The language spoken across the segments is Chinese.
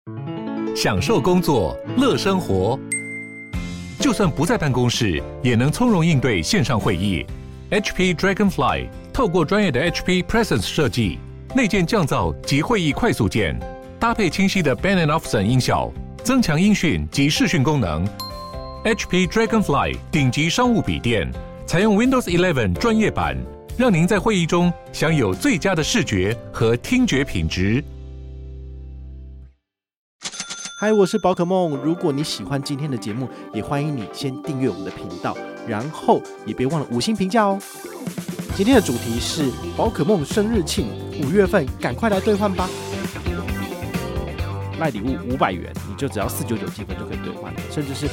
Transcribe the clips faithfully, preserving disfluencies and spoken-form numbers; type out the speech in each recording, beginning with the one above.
享受工作，乐生活。就算不在办公室，也能从容应对线上会议。H P Dragonfly 透过专业的 H P Presence 设计，内建降噪及会议快速键，搭配清晰的 Bang and Olufsen 音效，增强音讯及视讯功能。H P Dragonfly 顶级商务笔电，采用 Windows 十一专业版，让您在会议中享有最佳的视觉和听觉品质。 嗨，我是宝可梦。如果你喜欢今天的节目，也欢迎你先订阅我们的频道，然后也别忘了五星评价哦。今天的主题是宝可梦生日庆，五月份赶快来兑换吧！赖礼物五百元，你就只要四百九十九积分就可以兑换，甚至是……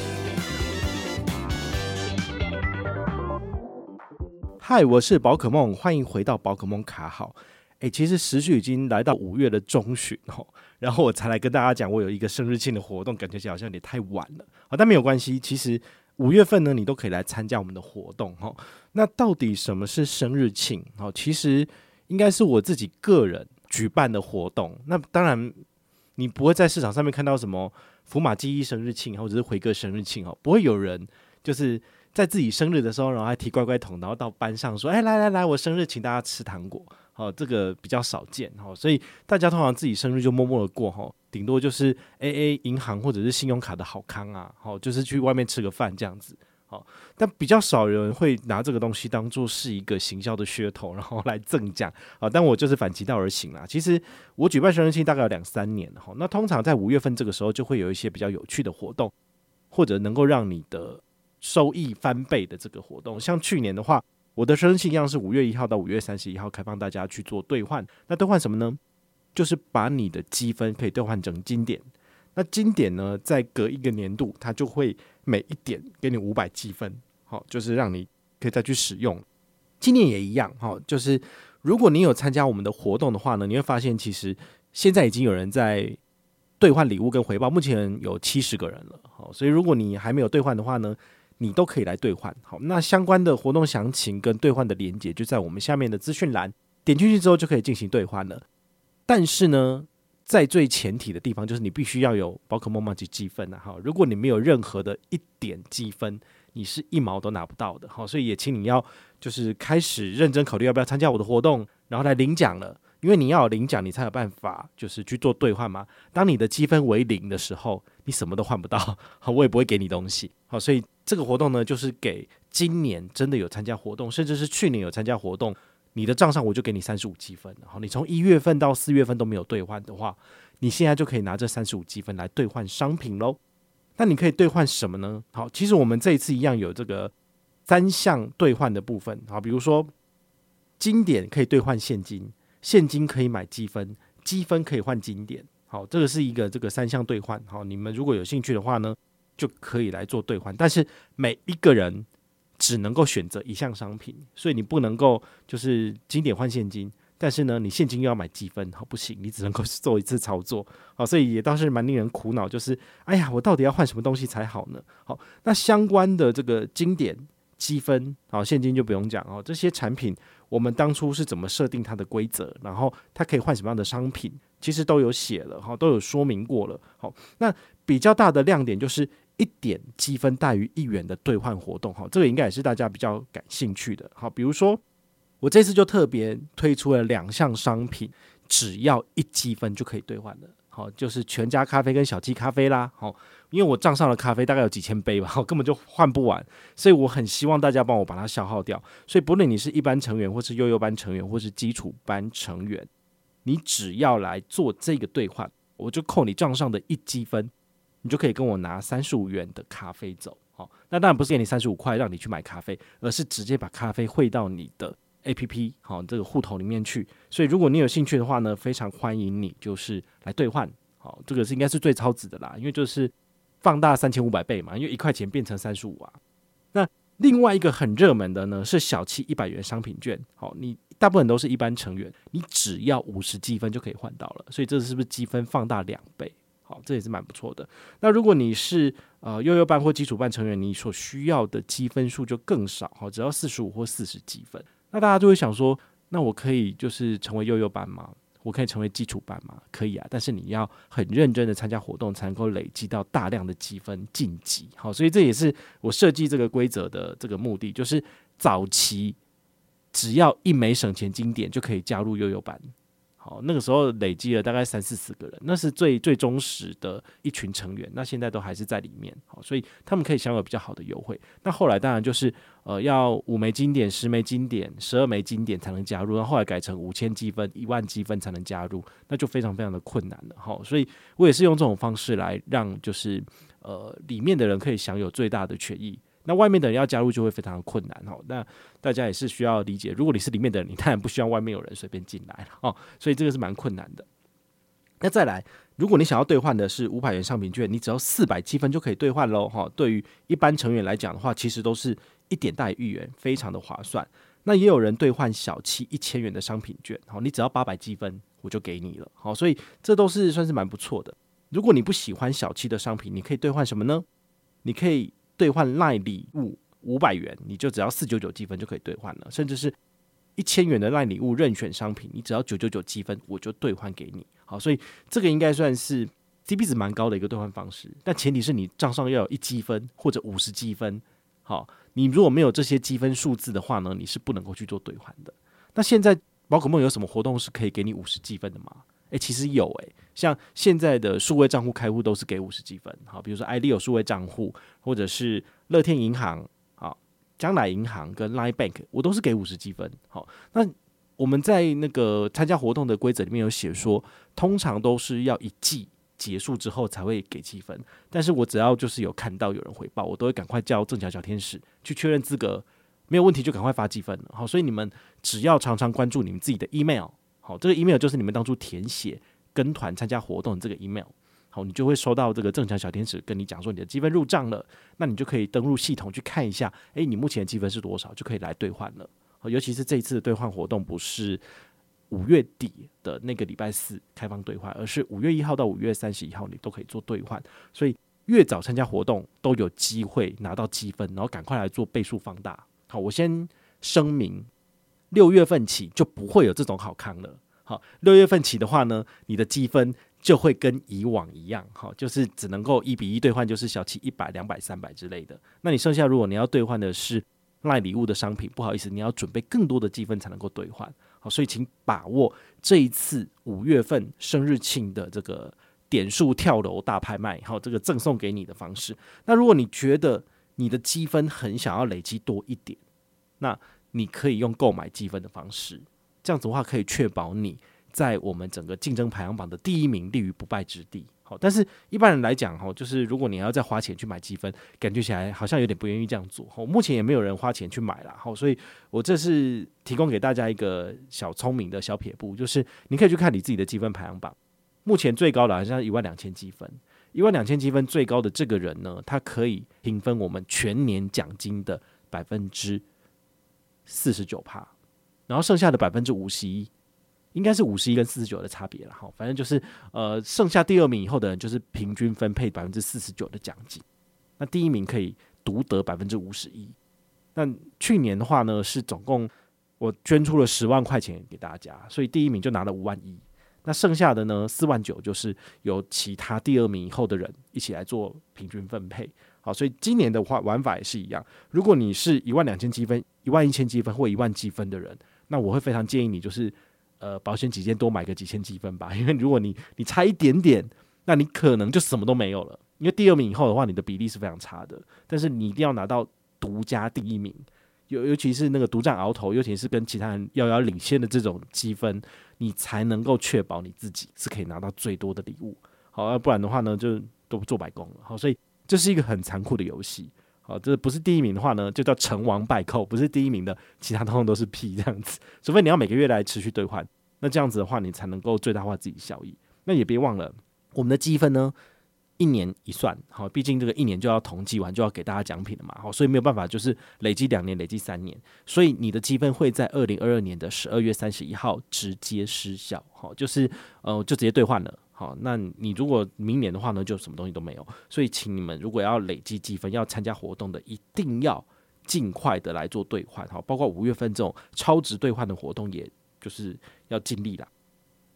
嗨，我是宝可梦，欢迎回到宝可梦卡好。欸、其实时序已经来到五月的中旬、哦、然后我才来跟大家讲我有一个生日庆的活动，感觉起来好像有点太晚了、哦、但没有关系，其实五月份呢你都可以来参加我们的活动、哦、那到底什么是生日庆、哦、其实应该是我自己个人举办的活动。那当然你不会在市场上面看到什么福马记忆生日庆或者是回歌生日庆、哦、不会有人就是在自己生日的时候然后还提乖乖桶，然后到班上说哎来来来我生日请大家吃糖果，哦，这个比较少见、哦、所以大家通常自己生日就默默的过、哦、顶多就是 A A 银行或者是信用卡的好康啊、哦、就是去外面吃个饭这样子、哦、但比较少人会拿这个东西当作是一个行销的噱头然后来赠奖、哦、但我就是反其道而行啦。其实我举办生日庆大概有两三年、哦、那通常在五月份这个时候就会有一些比较有趣的活动，或者能够让你的收益翻倍的这个活动。像去年的话，我的生日庆一样是五月一号到五月三十一号开放大家去做兑换。那兑换什么呢？就是把你的积分可以兑换成金点。那金点呢，在隔一个年度，它就会每一点给你五百积分，好，就是让你可以再去使用。今年也一样，好，就是如果你有参加我们的活动的话呢，你会发现其实现在已经有人在兑换礼物跟回报，目前有七十个人了。好，所以如果你还没有兑换的话呢，你都可以来兑换。好，那相关的活动详情跟兑换的连结就在我们下面的资讯栏，点进去之后就可以进行兑换了。但是呢，在最前提的地方就是你必须要有宝可梦马吉积分啊。如果你没有任何的一点积分，你是一毛都拿不到的。好，所以也请你要就是开始认真考虑要不要参加我的活动，然后来领奖了。因为你要有领奖，你才有办法就是去做兑换嘛。当你的积分为零的时候，你什么都换不到，好，我也不会给你东西。好，所以这个活动呢，就是给今年真的有参加活动，甚至是去年有参加活动，你的账上我就给你三十五积分。好，你从一月份到四月份都没有兑换的话，你现在就可以拿这三十五积分来兑换商品咯。那你可以兑换什么呢？好，其实我们这一次一样有这个三项兑换的部分。好，比如说金点可以兑换现金，现金可以买积分，积分可以换金点。好，这个是一个这个三项兑换。好，你们如果有兴趣的话呢，就可以来做兑换。但是每一个人只能够选择一项商品，所以你不能够就是金点换现金，但是呢，你现金又要买积分，好，不行，你只能够做一次操作。好，所以也倒是蛮令人苦恼，就是哎呀，我到底要换什么东西才好呢？好，那相关的这个金点、积分，好，现金就不用讲哦。这些产品我们当初是怎么设定它的规则，然后它可以换什么样的商品，其实都有写了，都有说明过了。好，那比较大的亮点就是一点积分大于一元的兑换活动，这个应该也是大家比较感兴趣的。好，比如说我这次就特别推出了两项商品，只要一积分就可以兑换了。好，就是全家咖啡跟小七咖啡啦。好，因为我账上的咖啡大概有几千杯吧，根本就换不完，所以我很希望大家帮我把它消耗掉。所以不论你是一班成员，或是幼幼班成员，或是基础班成员，你只要来做这个兑换，我就扣你账上的一积分，你就可以跟我拿三十五元的咖啡走。好，那当然不是给你三十五块让你去买咖啡，而是直接把咖啡汇到你的A P P 好，这个户头里面去。所以如果你有兴趣的话呢，非常欢迎你就是来兑换。好，这个是应该是最超值的啦，因为就是放大三千五百倍嘛，因为一块钱变成三十五啊。那另外一个很热门的呢是小七一百元商品券。好，你大部分都是一般成员，你只要五十积分就可以换到了，所以这是不是积分放大两倍？好，这也是蛮不错的。那如果你是呃幼幼班或基础班成员，你所需要的积分数就更少，好，只要四十五或四十积分。那大家就会想说，那我可以就是成为幼幼班吗？ 我可以成为基础班吗？可以啊，但是你要很认真的参加活动，才能够累积到大量的积分晋级。好，所以这也是我设计这个规则的这个目的，就是早期只要一枚省钱经典就可以加入悠悠班。好，那个时候累积了大概三四十个人，那是最最忠实的一群成员，那现在都还是在里面。好，所以他们可以享有比较好的优惠。那后来当然就是呃要五枚经典、十枚经典、十二枚经典才能加入，然后后来改成五千积分、一万积分才能加入，那就非常非常的困难了。好，所以我也是用这种方式来让就是呃里面的人可以享有最大的权益。那外面的人要加入就会非常的困难。那大家也是需要理解，如果你是里面的人，你当然不希望外面有人随便进来了，所以这个是蛮困难的。那再来，如果你想要兑换的是五百元商品券，你只要四百积分就可以兑换咯。对于一般成员来讲的话，其实都是一点大于一元，非常的划算。那也有人兑换小七一千元的商品券，你只要八百积分我就给你了，所以这都是算是蛮不错的。如果你不喜欢小七的商品，你可以兑换什么呢？你可以兑换 LINE 礼物五百元，你就只要四百九十九积分就可以兑换了，甚至是一千元的 LINE 礼物任选商品，你只要九百九十九积分我就兑换给你。好，所以这个应该算是 C P 值蛮高的一个兑换方式，但前提是你账上要有一积分或者五十积分。好，你如果没有这些积分数字的话呢，你是不能够去做兑换的。那现在宝可梦有什么活动是可以给你五十积分的吗？欸、其实有欸，像现在的数位账户开户都是给五十积分，好，比如说 I D 有数位账户，或者是乐天银行、好将来银行跟 Line Bank， 我都是给五十积分。好，那我们在那个参加活动的规则里面有写说，通常都是要一季结束之后才会给积分，但是我只要就是有看到有人回报，我都会赶快叫正巧小天使去确认资格，没有问题就赶快发积分了。好，所以你们只要常常关注你们自己的 email。好，这个 email 就是你们当初填写跟团参加活动的这个 email， 好，你就会收到这个正常小天使跟你讲说你的积分入账了，那你就可以登入系统去看一下，哎，你目前的积分是多少，就可以来兑换了。尤其是这一次的兑换活动不是五月底的那个礼拜四开放兑换，而是五月一号到五月三十一号你都可以做兑换，所以越早参加活动都有机会拿到积分，然后赶快来做倍数放大。好，我先声明，六月份起就不会有这种好康了。好，六月份起的话呢，你的积分就会跟以往一样，好，就是只能够一比一兑换，就是小七一百、两百、三百之类的。那你剩下如果你要兑换的是LINE礼物的商品，不好意思，你要准备更多的积分才能够兑换。好，所以请把握这一次五月份生日庆的这个点数跳楼大拍卖，好，这个赠送给你的方式。那如果你觉得你的积分很想要累积多一点，那你可以用购买积分的方式。这样子的话，可以确保你在我们整个竞争排行榜的第一名，立于不败之地。好，但是一般人来讲，就是如果你要再花钱去买积分，感觉起来好像有点不愿意这样做。目前也没有人花钱去买啦，所以我这是提供给大家一个小聪明的小撇步，就是你可以去看你自己的积分排行榜，目前最高的好像一万两千积分，一万两千积分最高的这个人呢，他可以平分我们全年奖金的百分之四十九趴。然后剩下的百分之五十一，应该是五十一跟四十九的差别了哈。反正就是呃，剩下第二名以后的人就是平均分配百分之四十九的奖金，那第一名可以独得百分之五十一。那去年的话呢，是总共我捐出了十万块钱给大家，所以第一名就拿了五万一。那剩下的呢，四万九就是由其他第二名以后的人一起来做平均分配。好，所以今年的话玩法也是一样。如果你是一万两千积分、一万一千积分或一万积分的人，那我会非常建议你，就是呃保险起见多买个几千积分吧，因为如果你你差一点点，那你可能就什么都没有了。因为第二名以后的话，你的比例是非常差的，但是你一定要拿到独家第一名，尤尤其是那个独占鳌头，尤其是跟其他人遥遥领先的这种积分，你才能够确保你自己是可以拿到最多的礼物。好，要不然的话呢，就都做白工了。好，所以这是一个很残酷的游戏。好，这不是第一名的话呢，就叫成王败寇；不是第一名的，其他通通都是屁这样子。除非你要每个月来持续兑换，那这样子的话，你才能够最大化自己效益。那也别忘了，我们的积分呢，一年一算，好，毕竟这个一年就要统计完，就要给大家奖品了嘛，好，所以没有办法就是累积两年、累积三年，所以你的积分会在二零二二年的十二月三十一号直接失效，好，就是呃，就直接兑换了。好，那你如果明年的话呢，就什么东西都没有。所以，请你们如果要累积积分、要参加活动的，一定要尽快的来做兑换。好，包括五月份这种超值兑换的活动，也就是要尽力啦。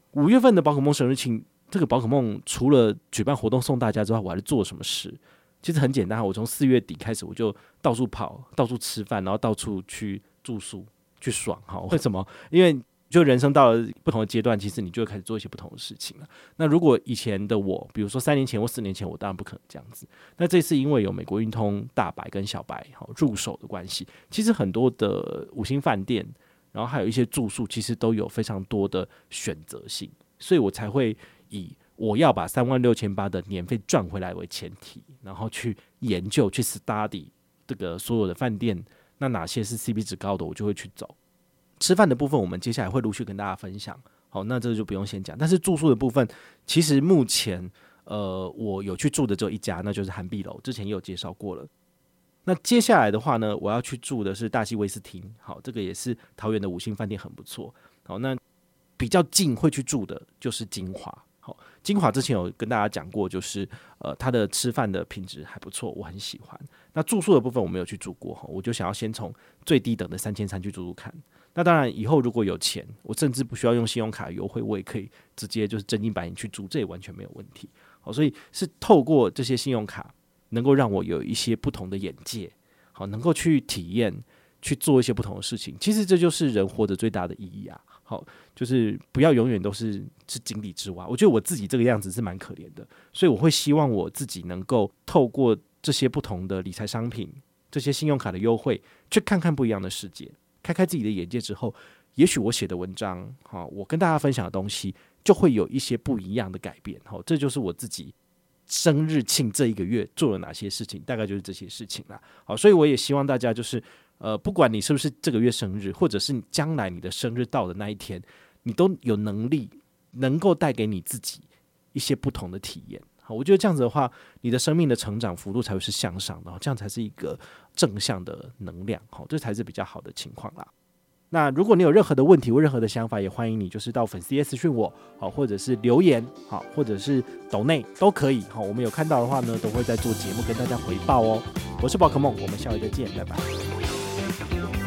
五月份的宝可梦生日庆，这个宝可梦除了举办活动送大家之外，我还是做什么事？其实很简单，我从四月底开始，我就到处跑，到处吃饭，然后到处去住宿，去爽哈。为什么？因为就人生到了不同的阶段，其实你就会开始做一些不同的事情了。那如果以前的我，比如说三年前或四年前，我当然不可能这样子。那这次因为有美国运通大白跟小白入手的关系，其实很多的五星饭店，然后还有一些住宿，其实都有非常多的选择性，所以我才会以我要把三万六千八的年费赚回来为前提，然后去研究、去 study 这个所有的饭店，那哪些是 C P 值高的，我就会去走。吃饭的部分，我们接下来会陆续跟大家分享。好，那这个就不用先讲。但是住宿的部分，其实目前呃，我有去住的只有一家，那就是涵碧楼，之前也有介绍过了。那接下来的话呢，我要去住的是大溪威斯汀。好，这个也是桃园的五星饭店，很不错。好，那比较近会去住的就是金华。好，金华之前有跟大家讲过，就是呃，它的吃饭的品质还不错，我很喜欢。那住宿的部分我没有去住过，我就想要先从最低等的三千三去住住看。那当然，以后如果有钱，我甚至不需要用信用卡优惠，我也可以直接就是真金白银去住，这也完全没有问题。好，所以是透过这些信用卡，能够让我有一些不同的眼界，好，能够去体验，去做一些不同的事情。其实这就是人活着最大的意义啊！好，就是不要永远都是是井底之蛙。我觉得我自己这个样子是蛮可怜的，所以我会希望我自己能够透过这些不同的理财商品、这些信用卡的优惠，去看看不一样的世界。开开自己的眼界之后，也许我写的文章，我跟大家分享的东西，就会有一些不一样的改变。这就是我自己生日庆这一个月做了哪些事情，大概就是这些事情啦。好，所以我也希望大家就是，呃，不管你是不是这个月生日，或者是你将来你的生日到的那一天，你都有能力能够带给你自己一些不同的体验。好，我觉得这样子的话，你的生命的成长幅度才会是向上的，这样才是一个正向的能量，好，这才是比较好的情况啦。那如果你有任何的问题或任何的想法，也欢迎你就是到粉丝页私讯我，好，或者是留言，好，或者是抖内都可以，好，我们有看到的话呢，都会在做节目跟大家回报哦。我是宝可梦，我们下回再见，拜拜。